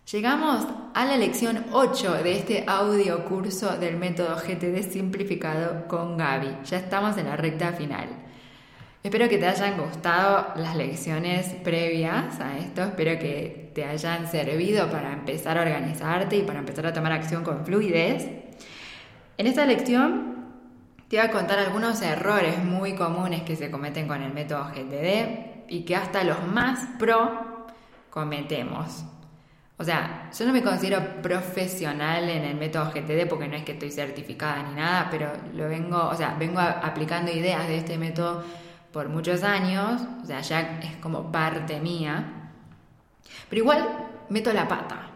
Llegamos a la lección 8 de este audio curso del método GTD simplificado con Gaby. Ya estamos en la recta final. Espero que te hayan gustado las lecciones previas a esto. Espero que te hayan servido para empezar a organizarte y para empezar a tomar acción con fluidez. En esta lección te voy a contar algunos errores muy comunes que se cometen con el método GTD y que hasta los más pro cometemos. O sea, yo no me considero profesional en el método GTD porque no es que estoy certificada ni nada, pero vengo aplicando ideas de este método por muchos años, o sea, ya es como parte mía. Pero igual meto la pata.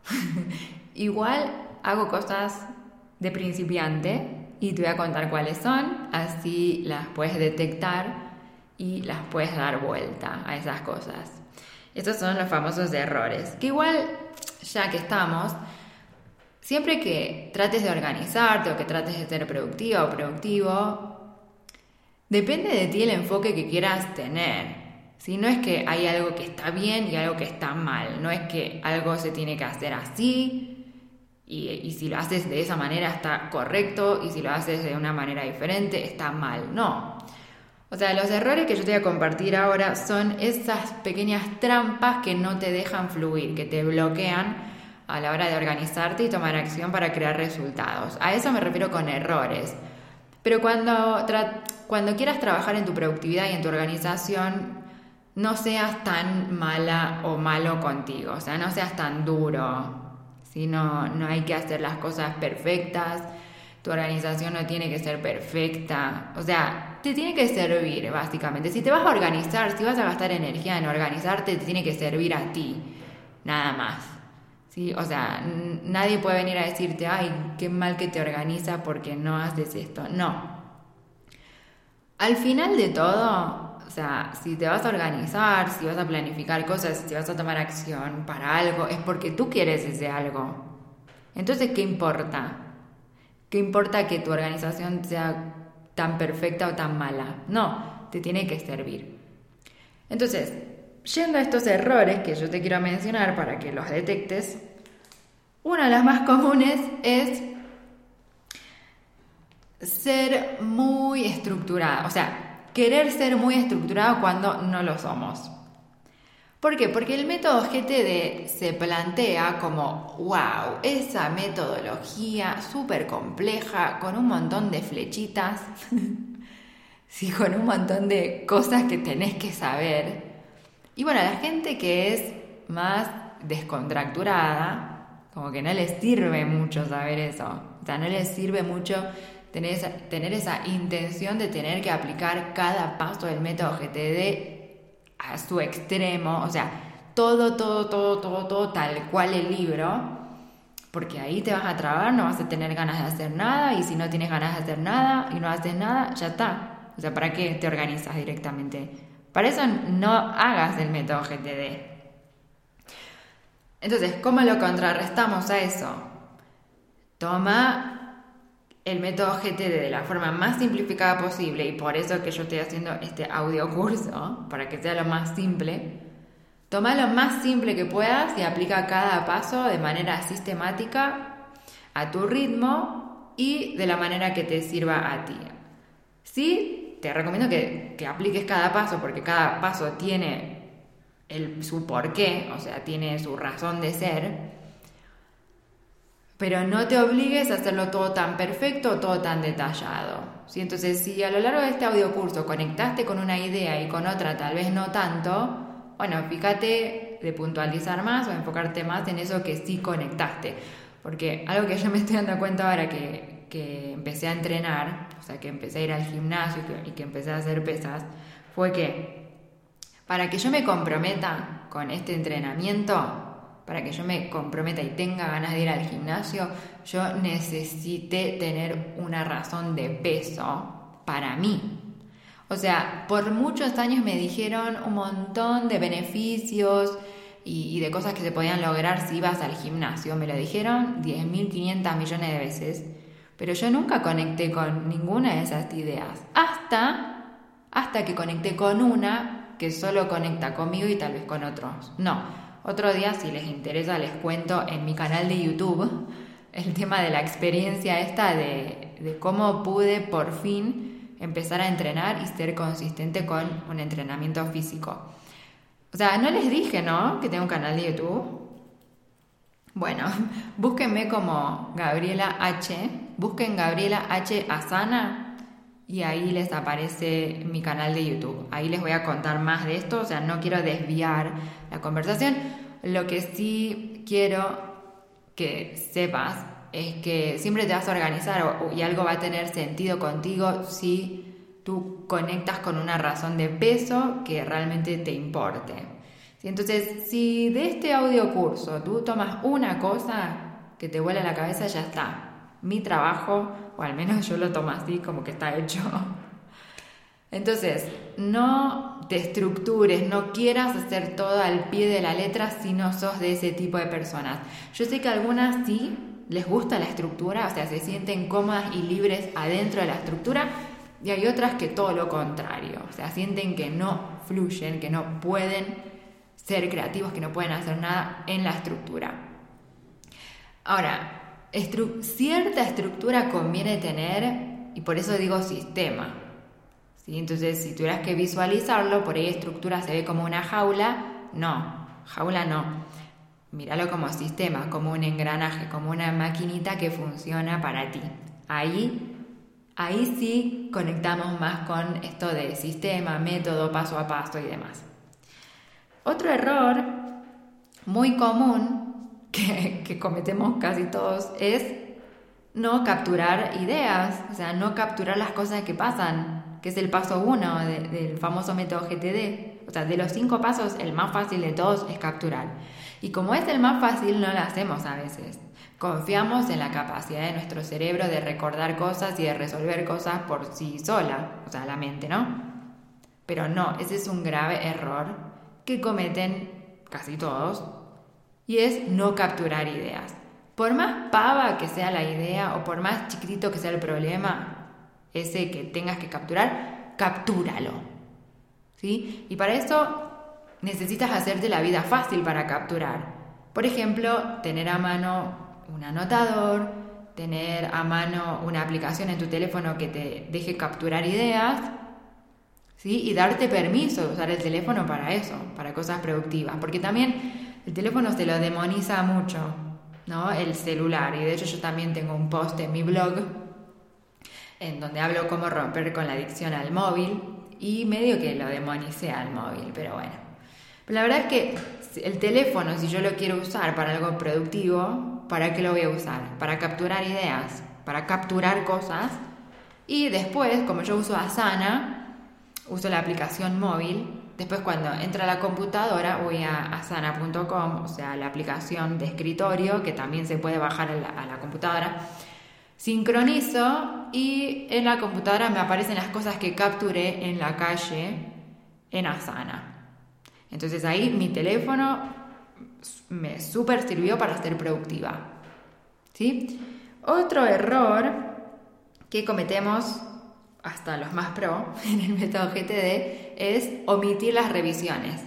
Igual hago cosas de principiante y te voy a contar cuáles son, así las puedes detectar y las puedes dar vuelta a esas cosas. Estos son los famosos errores, que igual, ya que estamos, siempre que trates de organizarte o que trates de ser productiva o productivo, depende de ti el enfoque que quieras tener. Si no es que hay algo que está bien y algo que está mal, no es que algo se tiene que hacer así y si lo haces de esa manera está correcto y si lo haces de una manera diferente está mal, no. O sea, los errores que yo te voy a compartir ahora son esas pequeñas trampas que no te dejan fluir, que te bloquean a la hora de organizarte y tomar acción para crear resultados. A eso me refiero con errores. Pero cuando quieras trabajar en tu productividad y en tu organización, no seas tan mala o malo contigo. O sea, no seas tan duro. ¿Sí? No hay que hacer las cosas perfectas. Tu organización no tiene que ser perfecta. O sea, te tiene que servir, básicamente. Si te vas a organizar, si vas a gastar energía en organizarte, te tiene que servir a ti. Nada más. ¿Sí? O sea, nadie puede venir a decirte, ay, qué mal que te organizas porque no haces esto. No. Al final de todo, o sea, si te vas a organizar, si vas a planificar cosas, si vas a tomar acción para algo, es porque tú quieres ese algo. Entonces, ¿qué importa? ¿Qué importa que tu organización sea tan perfecta o tan mala? No, te tiene que servir. Entonces, yendo a estos errores que yo te quiero mencionar para que los detectes, una de las más comunes es ser muy estructurada, o sea, querer ser muy estructurado cuando no lo somos. ¿Por qué? Porque el método GTD se plantea como, wow, esa metodología súper compleja, con un montón de flechitas, sí, con un montón de cosas que tenés que saber. Y bueno, a la gente que es más descontracturada, como que no les sirve mucho saber eso. O sea, no les sirve mucho tener esa intención de tener que aplicar cada paso del método GTD a su extremo, o sea, todo tal cual el libro, porque ahí te vas a trabar, no vas a tener ganas de hacer nada, y si no tienes ganas de hacer nada y no haces nada, ya está. O sea, ¿para qué te organizas directamente? Para eso no hagas el método GTD. Entonces, ¿cómo lo contrarrestamos a eso? Toma el método GTD de la forma más simplificada posible, y por eso que yo estoy haciendo este audio curso, para que sea lo más simple. Toma lo más simple que puedas y aplica cada paso de manera sistemática, a tu ritmo y de la manera que te sirva a ti. Sí, te recomiendo que apliques cada paso, porque cada paso tiene su porqué, o sea, tiene su razón de ser. Pero no te obligues a hacerlo todo tan perfecto, todo tan detallado. ¿Sí? Entonces, si a lo largo de este audiocurso conectaste con una idea y con otra tal vez no tanto, bueno, fíjate de puntualizar más o enfocarte más en eso que sí conectaste. Porque algo que yo me estoy dando cuenta ahora que empecé a entrenar, o sea, que empecé a ir al gimnasio y que empecé a hacer pesas, fue que para que yo me comprometa con este entrenamiento, para que yo me comprometa y tenga ganas de ir al gimnasio, yo necesité tener una razón de peso para mí. O sea, por muchos años me dijeron un montón de beneficios y de cosas que se podían lograr si ibas al gimnasio. Me lo dijeron 10.500 millones de veces. Pero yo nunca conecté con ninguna de esas ideas. Hasta que conecté con una que solo conecta conmigo y tal vez con otros. No. Otro día, si les interesa, les cuento en mi canal de YouTube el tema de la experiencia esta de cómo pude por fin empezar a entrenar y ser consistente con un entrenamiento físico. O sea, no les dije, ¿no?, que tengo un canal de YouTube. Bueno, búsquenme como Gabriela H. Busquen Gabriela H. Asana y ahí les aparece mi canal de YouTube. Ahí les voy a contar más de esto, o sea, no quiero desviar la conversación. Lo que sí quiero que sepas es que siempre te vas a organizar y algo va a tener sentido contigo si tú conectas con una razón de peso que realmente te importe. ¿Sí? Entonces, si de este audio curso tú tomas una cosa que te vuela la cabeza, ya está. Mi trabajo, o al menos yo lo tomo así, como que está hecho. Entonces, no te estructures, no quieras hacer todo al pie de la letra si no sos de ese tipo de personas. Yo sé que a algunas sí les gusta la estructura, o sea, se sienten cómodas y libres adentro de la estructura, y hay otras que todo lo contrario, o sea, sienten que no fluyen, que no pueden ser creativos, que no pueden hacer nada en la estructura. Ahora, cierta estructura conviene tener, y por eso digo sistema. ¿Sí? Entonces, si tuvieras que visualizarlo, por ahí estructura se ve como una jaula. No, jaula no. Míralo como sistema, como un engranaje, como una maquinita que funciona para ti. Ahí sí conectamos más con esto de sistema, método, paso a paso y demás. Otro error muy común que cometemos casi todos es no capturar ideas, o sea, no capturar las cosas que pasan, que es el paso 1 del famoso método GTD. O sea, de los 5 pasos, el más fácil de todos es capturar. Y como es el más fácil, no lo hacemos a veces. Confiamos en la capacidad de nuestro cerebro de recordar cosas y de resolver cosas por sí sola, o sea, la mente, ¿no? Pero no, ese es un grave error que cometen casi todos, y es no capturar ideas. Por más pava que sea la idea o por más chiquitito que sea el problema, ese que tengas que capturar, captúralo. ¿Sí? Y para eso necesitas hacerte la vida fácil para capturar. Por ejemplo, tener a mano un anotador, tener a mano una aplicación en tu teléfono que te deje capturar ideas, ¿sí? Y darte permiso de usar el teléfono para eso, para cosas productivas. Porque también el teléfono se lo demoniza mucho, ¿no? El celular. Y de hecho yo también tengo un post en mi blog en donde hablo cómo romper con la adicción al móvil y medio que lo demonicé al móvil, pero bueno. Pero la verdad es que el teléfono, si yo lo quiero usar para algo productivo, ¿para qué lo voy a usar? Para capturar ideas, para capturar cosas. Y después, como yo uso Asana, uso la aplicación móvil. Después cuando entro a la computadora voy a asana.com, o sea, la aplicación de escritorio que también se puede bajar a la computadora. Sincronizo y en la computadora me aparecen las cosas que capturé en la calle en Asana. Entonces ahí mi teléfono me súper sirvió para ser productiva. ¿Sí? Otro error que cometemos hasta los más pro en el método GTD es omitir las revisiones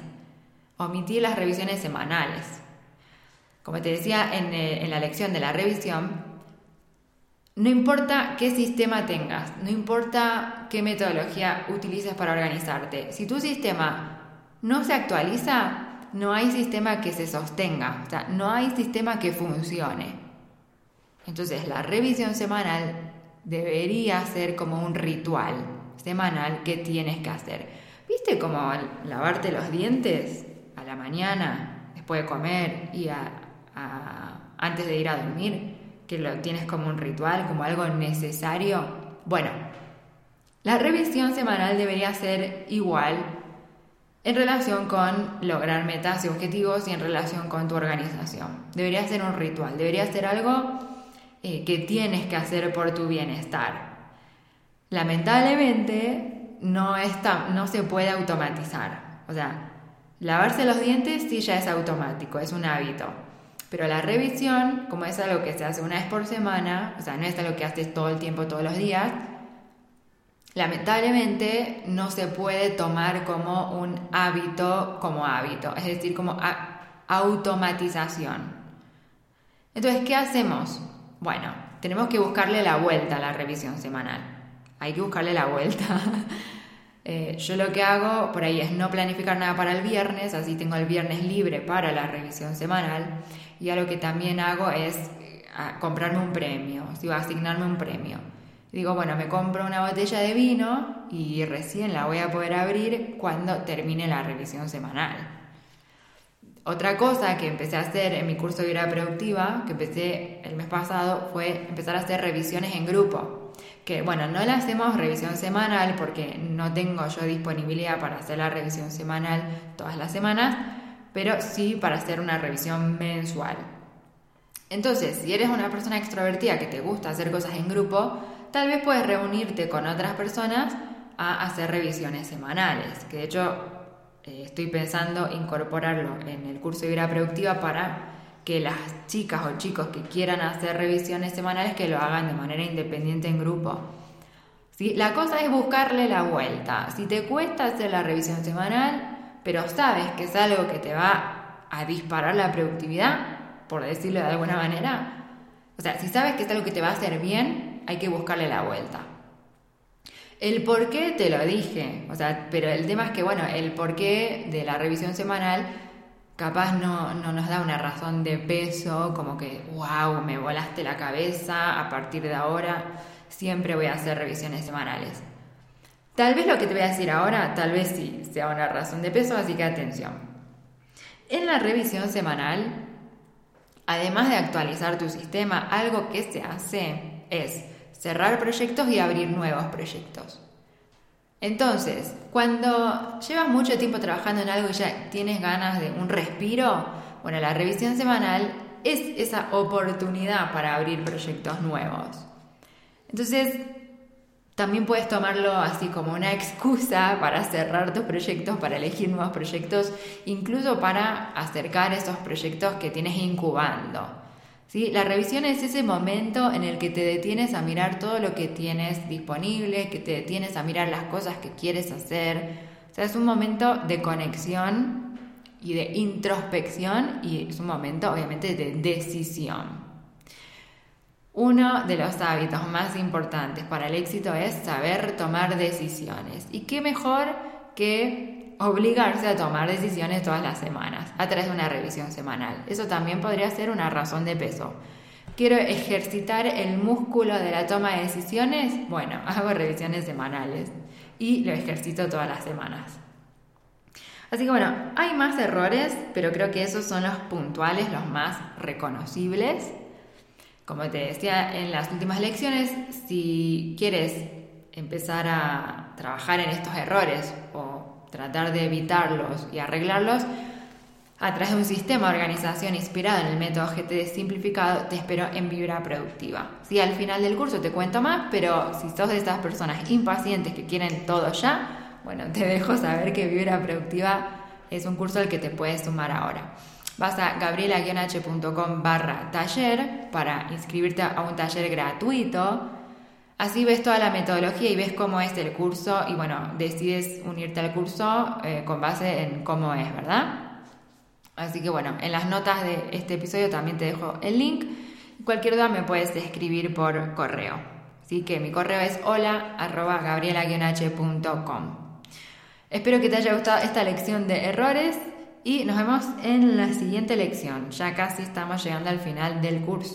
semanales. Como te decía en la lección de la revisión, no importa qué sistema tengas, no importa qué metodología utilices para organizarte, si tu sistema no se actualiza, no hay sistema que se sostenga, o sea, no hay sistema que funcione. Entonces la revisión semanal debería ser como un ritual semanal que tienes que hacer. ¿Viste como lavarte los dientes a la mañana, después de comer y antes de ir a dormir? Que lo tienes como un ritual, como algo necesario. Bueno, la revisión semanal debería ser igual en relación con lograr metas y objetivos y en relación con tu organización. Debería ser un ritual, debería ser algo que tienes que hacer por tu bienestar. Lamentablemente no se puede automatizar. O sea, lavarse los dientes sí ya es automático, es un hábito. Pero la revisión, como es algo que se hace una vez por semana, o sea, no es algo que haces todo el tiempo, todos los días, lamentablemente no se puede tomar como un hábito, es decir, como automatización. Entonces, ¿qué hacemos? Bueno, tenemos que buscarle la vuelta a la revisión semanal. Hay que buscarle la vuelta. Yo lo que hago por ahí es no planificar nada para el viernes, así tengo el viernes libre para la revisión semanal. Y algo que también hago es comprarme un premio, asignarme un premio. Digo, bueno, me compro una botella de vino y recién la voy a poder abrir cuando termine la revisión semanal. Otra cosa que empecé a hacer en mi curso de vida productiva, que empecé el mes pasado, fue empezar a hacer revisiones en grupo. Que bueno, no la hacemos revisión semanal porque no tengo yo disponibilidad para hacer la revisión semanal todas las semanas, pero sí para hacer una revisión mensual. Entonces, si eres una persona extrovertida que te gusta hacer cosas en grupo, tal vez puedes reunirte con otras personas a hacer revisiones semanales, que de hecho estoy pensando incorporarlo en el curso de vida productiva para que las chicas o chicos que quieran hacer revisiones semanales que lo hagan de manera independiente en grupo. ¿Sí? La cosa es buscarle la vuelta. Si te cuesta hacer la revisión semanal, pero sabes que es algo que te va a disparar la productividad, por decirlo de alguna manera, o sea, si sabes que es algo que te va a hacer bien, hay que buscarle la vuelta. El por qué te lo dije, o sea, pero el tema es que, bueno, el por qué de la revisión semanal capaz no nos da una razón de peso, como que, wow, me volaste la cabeza, a partir de ahora siempre voy a hacer revisiones semanales. Tal vez lo que te voy a decir ahora, tal vez sí sea una razón de peso, así que atención. En la revisión semanal, además de actualizar tu sistema, algo que se hace es cerrar proyectos y abrir nuevos proyectos. Entonces, cuando llevas mucho tiempo trabajando en algo y ya tienes ganas de un respiro, bueno, la revisión semanal es esa oportunidad para abrir proyectos nuevos. Entonces, también puedes tomarlo así como una excusa para cerrar tus proyectos, para elegir nuevos proyectos, incluso para acercar esos proyectos que tienes incubando. ¿Sí? La revisión es ese momento en el que te detienes a mirar todo lo que tienes disponible, que te detienes a mirar las cosas que quieres hacer. O sea, es un momento de conexión y de introspección y es un momento, obviamente, de decisión. Uno de los hábitos más importantes para el éxito es saber tomar decisiones. ¿Y qué mejor que obligarse a tomar decisiones todas las semanas a través de una revisión semanal? Eso también podría ser una razón de peso. ¿Quiero ejercitar el músculo de la toma de decisiones? Bueno, hago revisiones semanales y lo ejercito todas las semanas. Así que bueno, hay más errores, pero creo que esos son los puntuales, los más reconocibles. Como te decía en las últimas lecciones, si quieres empezar a trabajar en estos errores o tratar de evitarlos y arreglarlos a través de un sistema de organización inspirado en el método GTD simplificado, te espero en Vibra Productiva. Sí, al final del curso te cuento más, pero si sos de esas personas impacientes que quieren todo ya, bueno, te dejo saber que Vibra Productiva es un curso al que te puedes sumar ahora. Vas a gabriela-h.com/taller para inscribirte a un taller gratuito. Así ves toda la metodología y ves cómo es el curso y bueno, decides unirte al curso con base en cómo es, ¿verdad? Así que bueno, en las notas de este episodio también te dejo el link. Cualquier duda me puedes escribir por correo. Así que mi correo es hola@gabriela-h.com. Espero que te haya gustado esta lección de errores y nos vemos en la siguiente lección. Ya casi estamos llegando al final del curso.